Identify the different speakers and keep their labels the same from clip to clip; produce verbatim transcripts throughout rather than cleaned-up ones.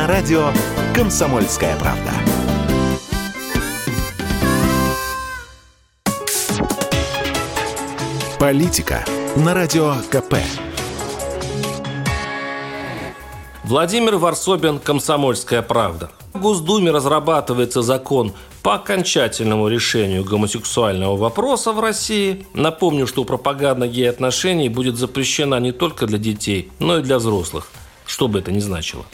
Speaker 1: на радио «Комсомольская правда». Политика на радио ка пэ.
Speaker 2: Владимир Варсобин, «Комсомольская правда». В Госдуме разрабатывается закон по окончательному решению гомосексуального вопроса в России. Напомню, что пропаганда гей-отношений будет запрещена не только для детей, но и для взрослых, что бы это ни значило.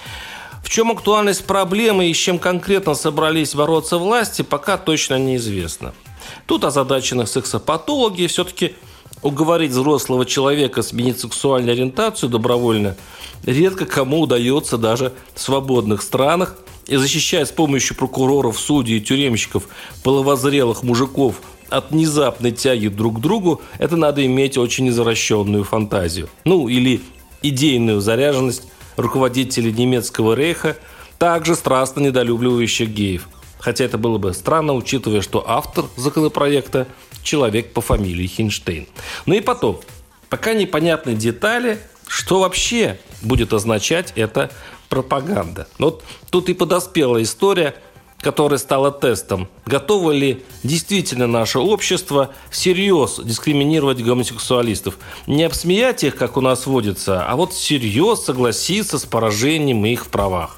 Speaker 2: В чем актуальность проблемы и с чем конкретно собрались бороться власти, пока точно неизвестно. Тут озадачены сексопатологи. Все-таки уговорить взрослого человека сменить сексуальную ориентацию добровольно редко кому удается даже в свободных странах. И защищая с помощью прокуроров, судей и тюремщиков половозрелых мужиков от внезапной тяги друг к другу, это надо иметь очень извращенную фантазию. Ну, или идейную заряженность руководителей немецкого рейха, также страстно недолюбливающих геев. Хотя это было бы странно, учитывая, что автор законопроекта – человек по фамилии Хинштейн. Ну и потом, пока непонятны детали, что вообще будет означать эта пропаганда. Вот тут и подоспела история, которая стала тестом. Готово ли действительно наше общество всерьез дискриминировать гомосексуалистов? Не обсмеять их, как у нас водится, а вот всерьез согласиться с поражением их в правах.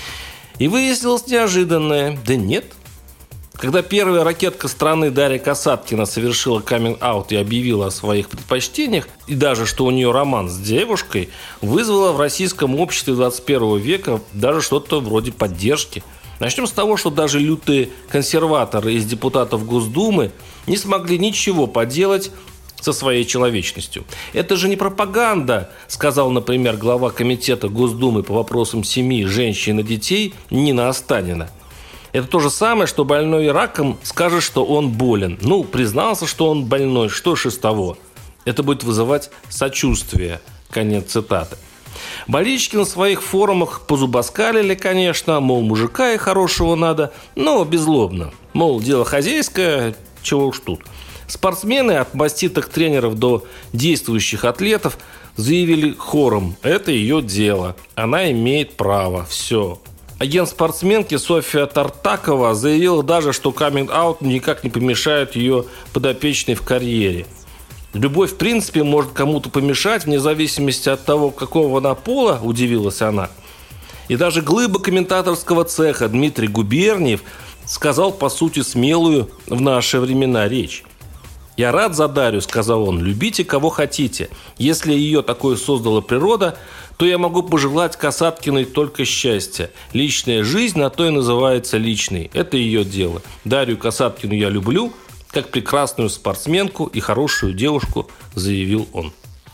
Speaker 2: И выяснилось неожиданное. Да нет. Когда первая ракетка страны Дарья Касаткина совершила каминг-аут и объявила о своих предпочтениях, и даже что у нее роман с девушкой, вызвало в российском обществе двадцать первого века даже что-то вроде поддержки. Начнем с того, что даже лютые консерваторы из депутатов Госдумы не смогли ничего поделать со своей человечностью. Это же не пропаганда, сказал, например, глава комитета Госдумы по вопросам семьи, женщин и детей Нина Останина. Это то же самое, что больной раком скажет, что он болен. Ну, признался, что он больной, что ж из того? Это будет вызывать сочувствие. Конец цитаты. Болельщики на своих форумах позубоскалили, конечно, мол, мужика и хорошего надо, но беззлобно. Мол, дело хозяйское, чего уж тут. Спортсмены от маститых тренеров до действующих атлетов заявили хором: это ее дело, она имеет право, все. Агент спортсменки Софья Тартакова заявила даже, что каминг-аут никак не помешает ее подопечной в карьере. Любовь, в принципе, может кому-то помешать, вне зависимости от того, какого она пола, удивилась она. И даже глыба комментаторского цеха Дмитрий Губерниев сказал, по сути, смелую в наши времена речь. «Я рад за Дарью», — сказал он, — «любите кого хотите. Если ее такое создала природа, то я могу пожелать Касаткиной только счастья. Личная жизнь на то и называется личной. Это ее дело. Дарью Касаткину я люблю, как прекрасную спортсменку и хорошую девушку», — заявил он.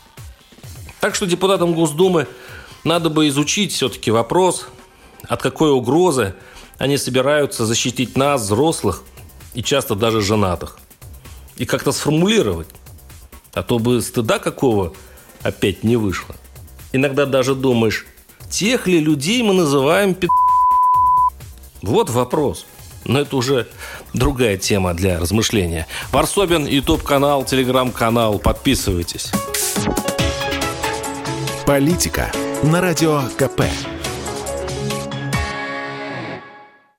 Speaker 2: Так что депутатам Госдумы надо бы изучить все-таки вопрос, от какой угрозы они собираются защитить нас, взрослых, и часто даже женатых. И как-то сформулировать. А то бы стыда какого опять не вышло. Иногда даже думаешь, тех ли людей мы называем пи***? Вот вопрос. Но это уже другая тема для размышления. Варсобин, ютуб-канал, телеграм-канал. Подписывайтесь.
Speaker 1: Политика на радио ка пэ.